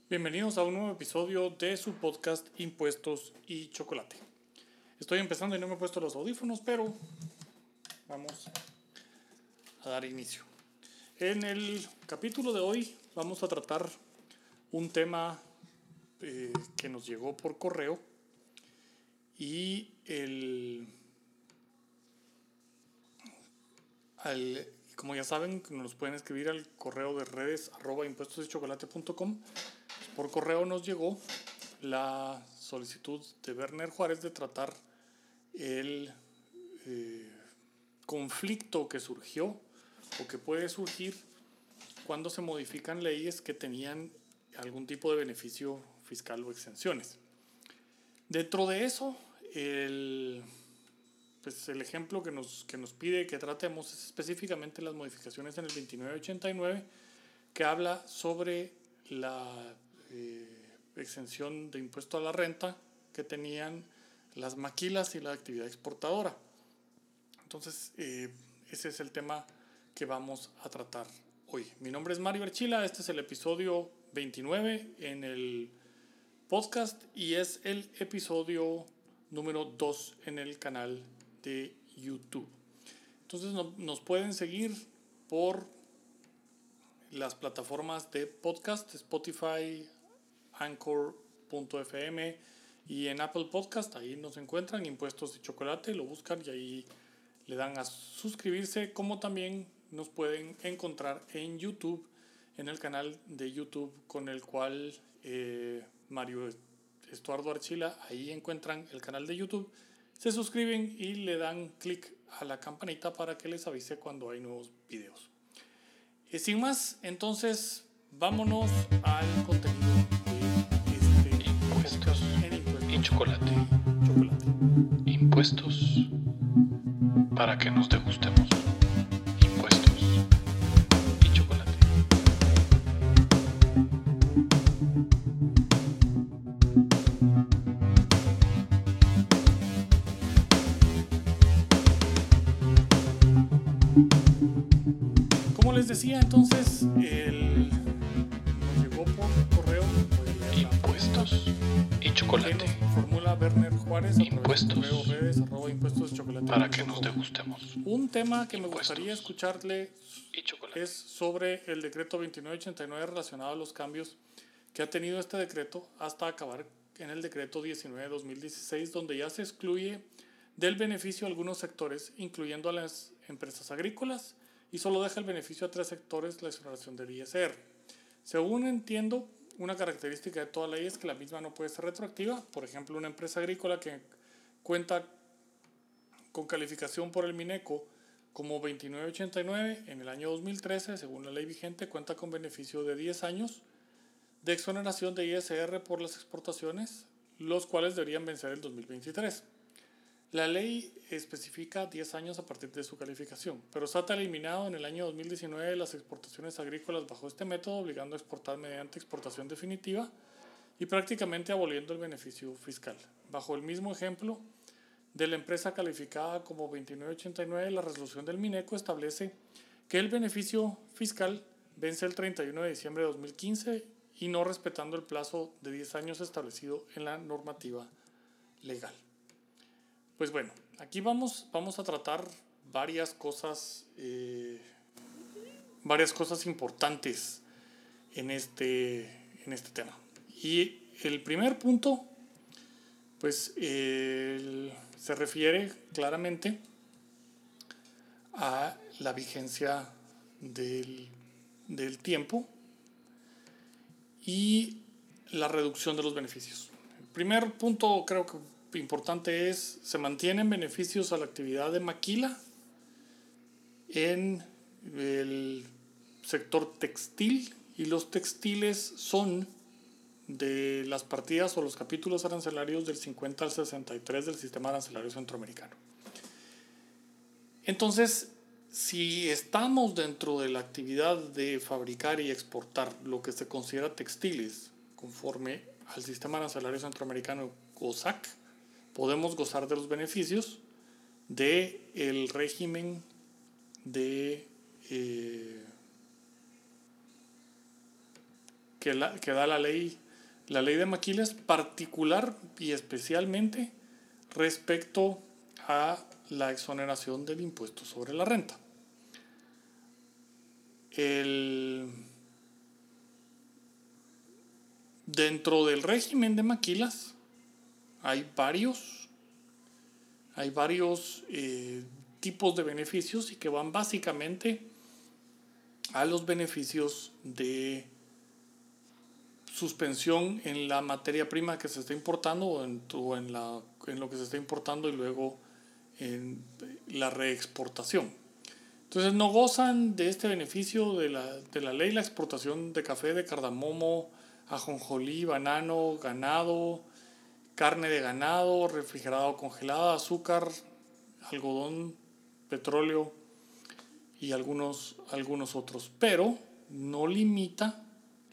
Bienvenidos a un nuevo episodio de su podcast Impuestos y Chocolate. Estoy empezando y no me he puesto los audífonos, pero vamos a dar inicio. En el capítulo de hoy vamos a tratar un tema que nos llegó por correo y como ya saben, nos pueden escribir al correo de redes @impuestosychocolate.com. Por correo nos llegó la solicitud de Werner Juárez de tratar el conflicto que surgió o que puede surgir cuando se modifican leyes que tenían algún tipo de beneficio fiscal o exenciones. Dentro de eso, el ejemplo que nos pide que tratemos es específicamente las modificaciones en el 2989, que habla sobre la exención de impuesto a la renta que tenían las maquilas y la actividad exportadora. Entonces, ese es el tema que vamos a tratar hoy. Mi nombre es Mario Archila, este es el episodio 29 en el podcast y es el episodio número 2 en el canal de YouTube. Entonces nos pueden seguir por las plataformas de podcast, Spotify, Anchor.fm y en Apple Podcast. Ahí nos encuentran Impuestos y Chocolate, lo buscan y ahí le dan a suscribirse, como también nos pueden encontrar en YouTube, en el canal de YouTube con el cual Mario Estuardo Archila, ahí encuentran el canal de YouTube, se suscriben y le dan clic a la campanita para que les avise cuando hay nuevos videos. Sin más, entonces vámonos al contenido de Impuestos y chocolate. Impuestos para que nos degustemos. Impuestos y chocolate. Como les decía, entonces nos llegó por correo Impuestos y chocolate. que nos formula Werner Juárez Impuestos @impuestoschocolate para que nos degustemos. Un tema que me Impuestos gustaría escucharle y chocolate. es sobre el decreto 2989 relacionado a los cambios que ha tenido este decreto hasta acabar en el decreto 19/2016, donde ya se excluye del beneficio algunos sectores, incluyendo a las empresas agrícolas, y solo deja el beneficio a 3 sectores, la exoneración del ISR. Según entiendo, una característica de toda ley es que la misma no puede ser retroactiva. Por ejemplo, una empresa agrícola que cuenta con calificación por el Mineco como 2989 en el año 2013, según la ley vigente, cuenta con beneficio de 10 años de exoneración de ISR por las exportaciones, los cuales deberían vencer el 2023. La ley especifica 10 años a partir de su calificación, pero SAT ha eliminado en el año 2019 las exportaciones agrícolas bajo este método, obligando a exportar mediante exportación definitiva y prácticamente aboliendo el beneficio fiscal. Bajo el mismo ejemplo de la empresa calificada como 2989, la resolución del Mineco establece que el beneficio fiscal vence el 31 de diciembre de 2015 y no respetando el plazo de 10 años establecido en la normativa legal. Pues bueno, aquí vamos a tratar varias cosas importantes en este tema. Y el primer punto, pues se refiere claramente a la vigencia del tiempo y la reducción de los beneficios. El primer punto creo que importante es: se mantienen beneficios a la actividad de maquila en el sector textil, y los textiles son de las partidas o los capítulos arancelarios del 50 al 63 del sistema arancelario centroamericano. Entonces, si estamos dentro de la actividad de fabricar y exportar lo que se considera textiles conforme al sistema arancelario centroamericano o SAC, podemos gozar de los beneficios del régimen de que da la ley de maquilas, particular y especialmente respecto a la exoneración del impuesto sobre la renta. Dentro del régimen de maquilas hay varios tipos de beneficios y que van básicamente a los beneficios de suspensión en la materia prima que se está importando o en lo que se está importando y luego en la reexportación. Entonces no gozan de este beneficio de la ley la exportación de café, de cardamomo, ajonjolí, banano, ganado, carne de ganado, refrigerada o congelada, azúcar, algodón, petróleo y algunos otros, pero no limita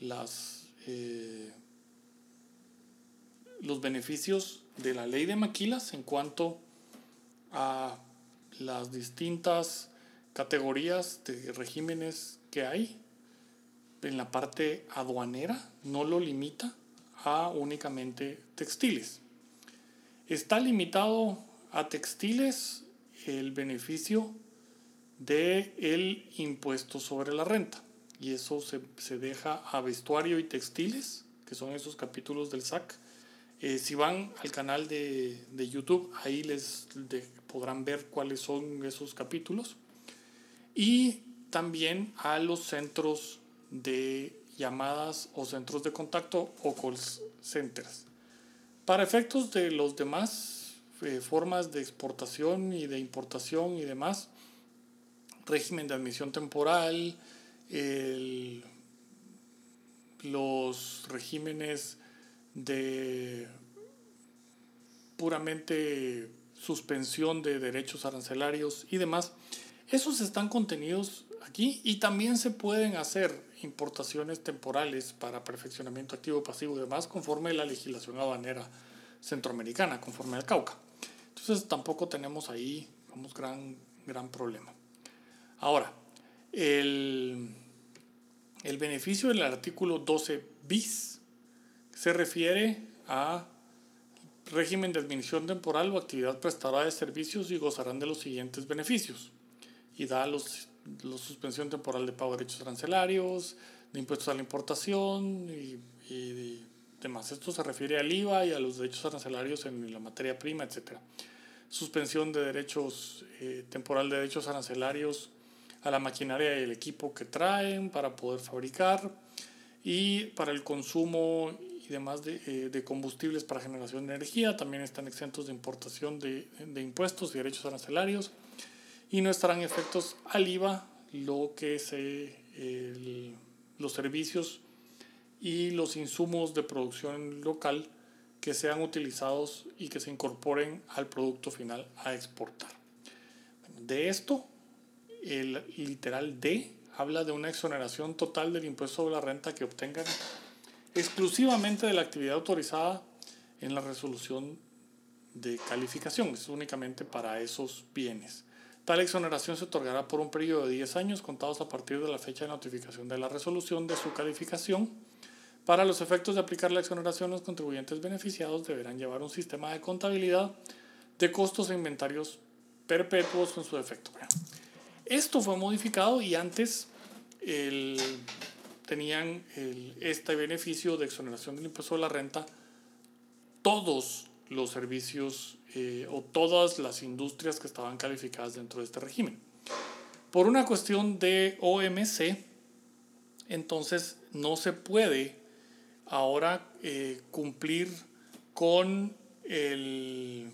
los beneficios de la ley de maquilas en cuanto a las distintas categorías de regímenes que hay. En la parte aduanera no lo limita a únicamente textiles. Está limitado a textiles el beneficio del impuesto sobre la renta, y eso se deja a vestuario y textiles, que son esos capítulos del SAC. Si van al canal de YouTube, ahí podrán ver cuáles son esos capítulos. Y también a los centros de llamadas o centros de contacto o call centers. Para efectos de los demás formas de exportación y de importación y demás, régimen de admisión temporal, los regímenes de puramente suspensión de derechos arancelarios y demás, esos están contenidos aquí, y también se pueden hacer importaciones temporales para perfeccionamiento activo, pasivo y demás conforme la legislación aduanera centroamericana, conforme al Cauca. Entonces tampoco tenemos ahí gran problema. Ahora, el beneficio del artículo 12 bis se refiere a régimen de admisión temporal o actividad prestadora de servicios y gozarán de los siguientes beneficios. Y da la suspensión temporal de pago de derechos arancelarios, de impuestos a la importación y demás. Esto se refiere al IVA y a los derechos arancelarios en la materia prima, etc. Suspensión de derechos temporal de derechos arancelarios a la maquinaria y el equipo que traen para poder fabricar, y para el consumo y demás de combustibles para generación de energía también están exentos de importación de impuestos y derechos arancelarios, y no estarán efectos al IVA los servicios y los insumos de producción local que sean utilizados y que se incorporen al producto final a exportar. De esto, el literal D habla de una exoneración total del impuesto sobre la renta que obtengan exclusivamente de la actividad autorizada en la resolución de calificación. Es únicamente para esos bienes. Tal exoneración se otorgará por un periodo de 10 años contados a partir de la fecha de notificación de la resolución de su calificación. Para los efectos de aplicar la exoneración, los contribuyentes beneficiados deberán llevar un sistema de contabilidad de costos e inventarios perpetuos en su defecto. Esto fue modificado, y antes tenían este beneficio de exoneración del impuesto de la renta todos los servicios o todas las industrias que estaban calificadas dentro de este régimen. Por una cuestión de OMC, entonces no se puede ahora cumplir con el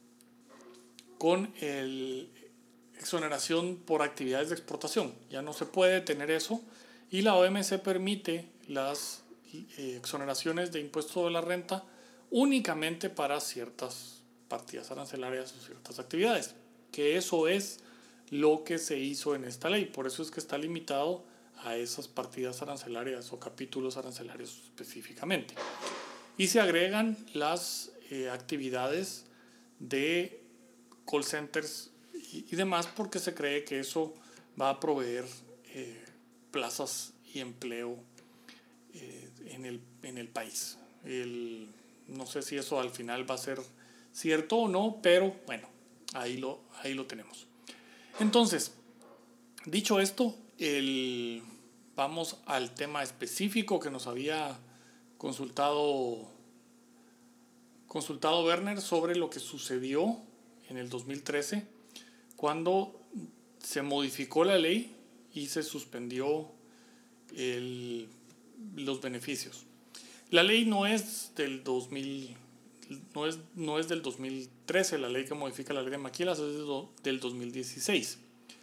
exoneración por actividades de exportación. Ya no se puede tener eso, y la OMC permite las exoneraciones de impuesto de la renta únicamente para ciertas partidas arancelarias o ciertas actividades, que eso es lo que se hizo en esta ley. Por eso es que está limitado a esas partidas arancelarias o capítulos arancelarios específicamente. Y se agregan las actividades de call centers y demás, porque se cree que eso va a proveer plazas y empleo en el país. No sé si eso al final va a ser cierto o no, pero bueno, ahí lo tenemos. Entonces, dicho esto, vamos al tema específico que nos había consultado Werner sobre lo que sucedió en el 2013 cuando se modificó la ley y se suspendió los beneficios. La ley no es del 2013, la ley que modifica la ley de maquilas es del 2016.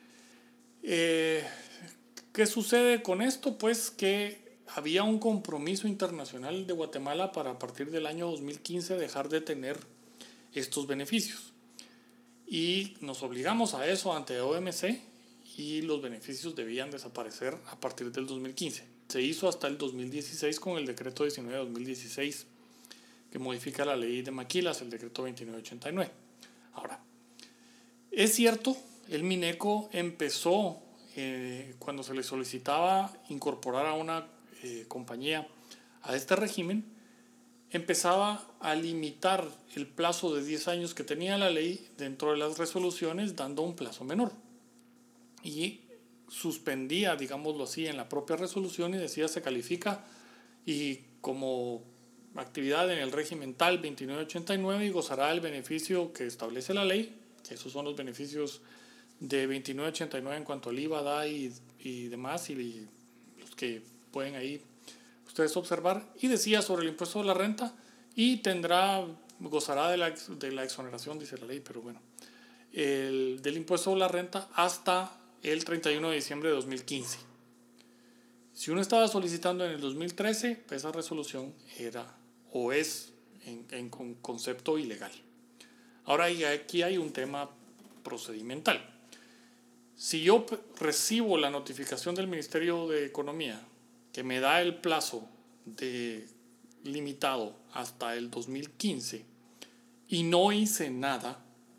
¿Qué sucede con esto? Pues que había un compromiso internacional de Guatemala para a partir del año 2015 dejar de tener estos beneficios. Y nos obligamos a eso ante OMC y los beneficios debían desaparecer a partir del 2015. Se hizo hasta el 2016 con el decreto 19 de 2016 que modifica la ley de maquilas, el decreto 2989. Ahora, es cierto, el Mineco empezó, cuando se le solicitaba incorporar a una compañía a este régimen, empezaba a limitar el plazo de 10 años que tenía la ley dentro de las resoluciones, dando un plazo menor. Y suspendía, digámoslo así, en la propia resolución y decía se califica y como actividad en el régimen tal 2989 y gozará el beneficio que establece la ley, que esos son los beneficios de 2989 en cuanto al IVA, DA y demás, y los que pueden ahí ustedes observar, y decía sobre el impuesto de la renta y gozará de la exoneración, dice la ley, pero bueno, del impuesto de la renta hasta el 31 de diciembre de 2015. Si uno estaba solicitando en el 2013, pues esa resolución era o es en concepto ilegal. Ahora aquí hay un tema procedimental. Si yo recibo la notificación del Ministerio de Economía que me da el plazo limitado hasta el 2015 y no hice nada,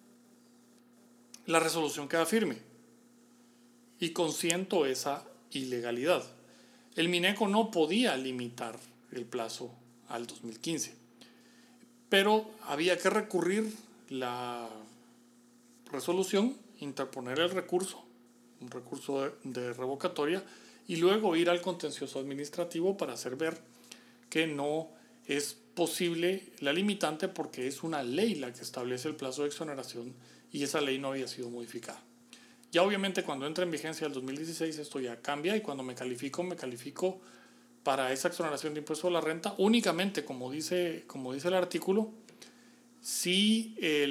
la resolución queda firme y consiento esa ilegalidad. El Mineco no podía limitar el plazo al 2015, pero había que recurrir la resolución, interponer el recurso, un recurso de revocatoria, y luego ir al contencioso administrativo para hacer ver que no es posible la limitante porque es una ley la que establece el plazo de exoneración y esa ley no había sido modificada. Ya obviamente cuando entra en vigencia el 2016 esto ya cambia y cuando me califico para esa exoneración de impuesto a la renta únicamente, como dice el artículo, si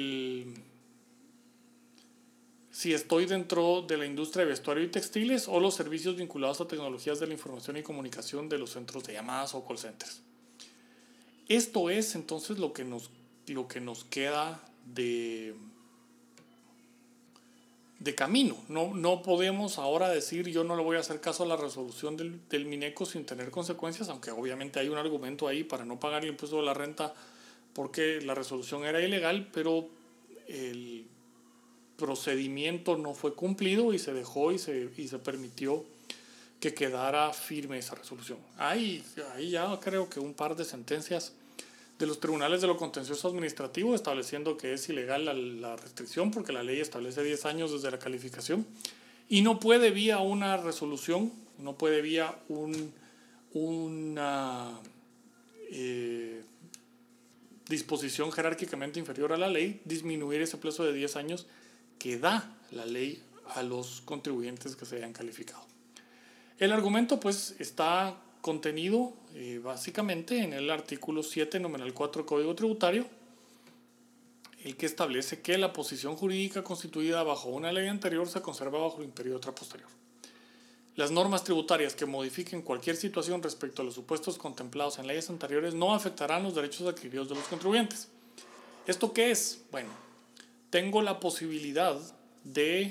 estoy dentro de la industria de vestuario y textiles o los servicios vinculados a tecnologías de la información y comunicación de los centros de llamadas o call centers. Esto es entonces lo que nos queda de camino. No podemos ahora decir yo no le voy a hacer caso a la resolución del Mineco sin tener consecuencias, aunque obviamente hay un argumento ahí para no pagar el impuesto de la renta porque la resolución era ilegal, pero el procedimiento no fue cumplido y se dejó y se permitió que quedara firme esa resolución. Ahí ya creo que un par de sentencias de los tribunales de lo contencioso administrativo estableciendo que es ilegal la restricción porque la ley establece 10 años desde la calificación y no puede vía una resolución, no puede vía una disposición jerárquicamente inferior a la ley disminuir ese plazo de 10 años que da la ley a los contribuyentes que se hayan calificado. El argumento pues está contenido básicamente en el artículo 7, numeral 4 Código Tributario, el que establece que la posición jurídica constituida bajo una ley anterior se conserva bajo el imperio de otra posterior. Las normas tributarias que modifiquen cualquier situación respecto a los supuestos contemplados en leyes anteriores no afectarán los derechos adquiridos de los contribuyentes. ¿Esto qué es? Bueno, tengo la posibilidad de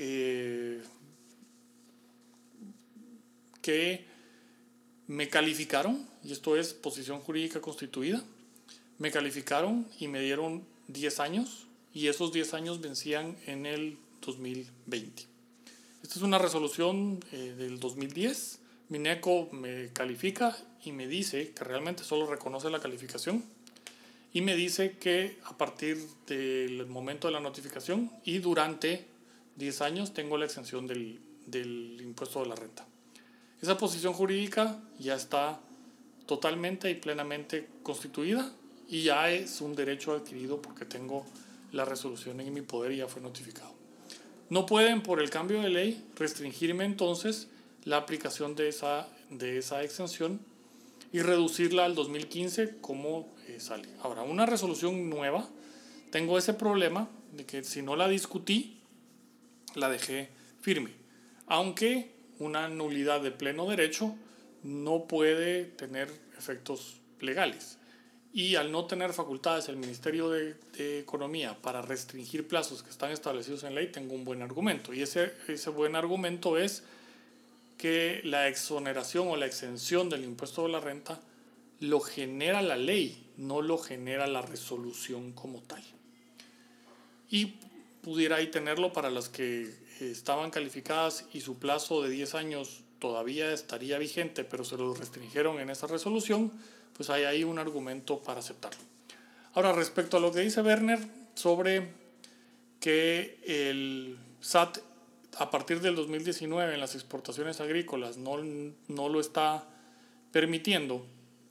que me calificaron, y esto es posición jurídica constituida, me calificaron y me dieron 10 años, y esos 10 años vencían en el 2020. Esta es una resolución del 2010, Mineco me califica y me dice que realmente solo reconoce la calificación y me dice que a partir del momento de la notificación y durante 10 años tengo la exención del impuesto de la renta. Esa posición jurídica ya está totalmente y plenamente constituida y ya es un derecho adquirido porque tengo la resolución en mi poder y ya fue notificado. No pueden, por el cambio de ley, restringirme entonces la aplicación de esa exención y reducirla al 2015 como sale. Ahora, una resolución nueva, tengo ese problema de que si no la discutí, la dejé firme. Aunque una nulidad de pleno derecho no puede tener efectos legales. Y al no tener facultades el Ministerio de Economía para restringir plazos que están establecidos en ley, tengo un buen argumento. Y ese buen argumento es que la exoneración o la exención del impuesto de la renta lo genera la ley, no lo genera la resolución como tal. Y pudiera ahí tenerlo para las que estaban calificadas y su plazo de 10 años todavía estaría vigente, pero se lo restringieron en esa resolución, pues hay ahí un argumento para aceptarlo. Ahora, respecto a lo que dice Werner sobre que el SAT a partir del 2019 en las exportaciones agrícolas no lo está permitiendo,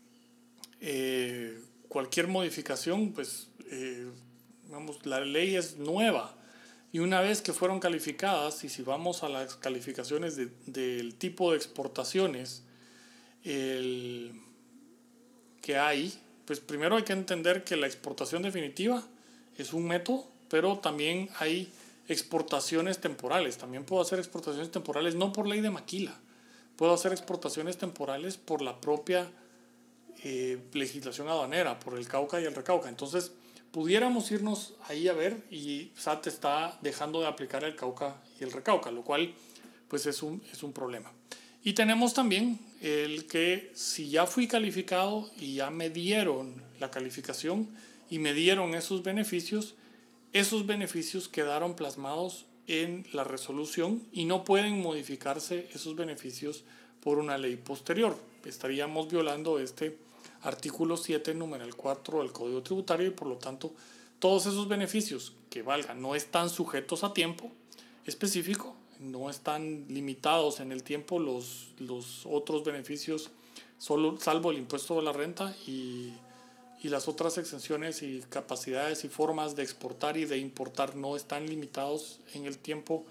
cualquier modificación, pues la ley es nueva y una vez que fueron calificadas, y si vamos a las calificaciones del tipo de exportaciones que hay, pues primero hay que entender que la exportación definitiva es un método, pero también hay exportaciones temporales. También puedo hacer exportaciones temporales no por ley de maquila, puedo hacer exportaciones temporales por la propia legislación aduanera, por el Cauca y el Recauca. Entonces pudiéramos irnos ahí a ver y SAT está dejando de aplicar el Cauca y el Recauca, lo cual pues es un problema. Y tenemos también el que si ya fui calificado y ya me dieron la calificación y me dieron esos beneficios quedaron plasmados en la resolución y no pueden modificarse esos beneficios por una ley posterior. Estaríamos violando este artículo 7, numeral 4 del Código Tributario y por lo tanto todos esos beneficios que valgan no están sujetos a tiempo específico, no están limitados en el tiempo los otros beneficios, salvo el impuesto de la renta y las otras exenciones y capacidades y formas de exportar y de importar no están limitados en el tiempo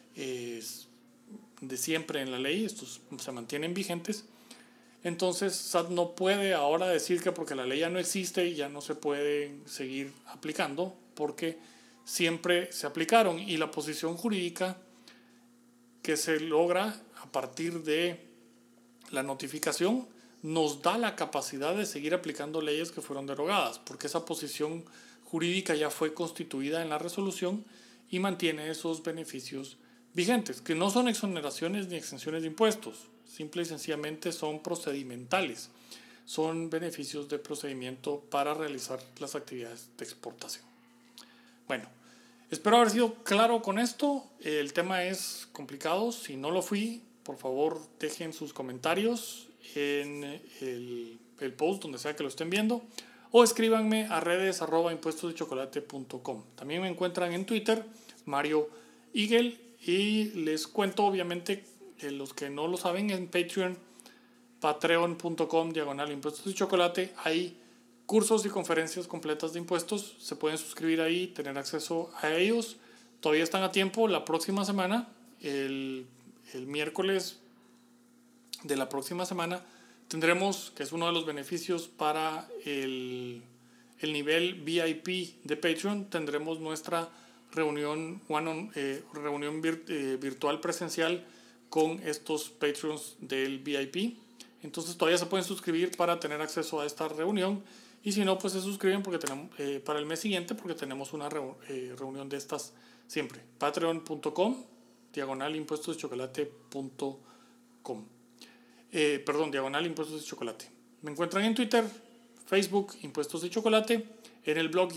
de siempre en la ley, estos se mantienen vigentes. Entonces SAT no puede ahora decir que porque la ley ya no existe y ya no se puede seguir aplicando porque siempre se aplicaron, y la posición jurídica que se logra a partir de la notificación nos da la capacidad de seguir aplicando leyes que fueron derogadas, porque esa posición jurídica ya fue constituida en la resolución y mantiene esos beneficios vigentes, que no son exoneraciones ni exenciones de impuestos, simple y sencillamente son procedimentales, son beneficios de procedimiento para realizar las actividades de exportación. Bueno, espero haber sido claro con esto. El tema es complicado. Si no lo fui, por favor dejen sus comentarios en el post donde sea que lo estén viendo o escríbanme a redes@impuestosdechocolate.com. También me encuentran en Twitter, Mario Igel, y les cuento obviamente los que no lo saben en Patreon, patreon.com/impuestos de chocolate. Hay cursos y conferencias completas de impuestos, se pueden suscribir ahí, tener acceso a ellos. Todavía están a tiempo. La próxima semana, el miércoles de la próxima semana, tendremos, que es uno de los beneficios para el nivel VIP de Patreon, tendremos nuestra reunión virtual presencial con estos Patreons del VIP. Entonces todavía se pueden suscribir para tener acceso a esta reunión, y si no, pues se suscriben porque tenemos, para el mes siguiente, porque tenemos una reunión de estas siempre. patreon.com/impuestosdechocolate.com /impuestos de chocolate. Me encuentran en Twitter, Facebook, Impuestos de Chocolate, en el blog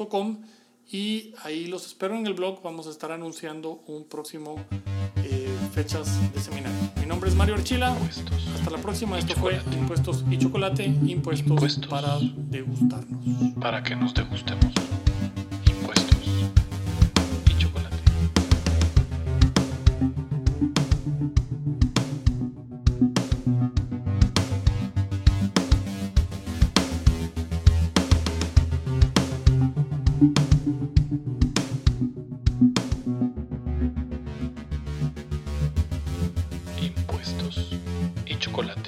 impuestosdechocolate.com, y ahí los espero en el blog. Vamos a estar anunciando un próximo fechas de seminario. Mi nombre es Mario Archila. Impuestos. Hasta la próxima. Y Esto fue chocolate. Impuestos y Chocolate. Impuestos para degustarnos. Para que nos degustemos. Impuestos y chocolate. Impuestos y chocolate.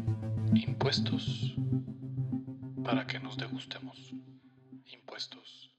Impuestos para que nos degustemos. Impuestos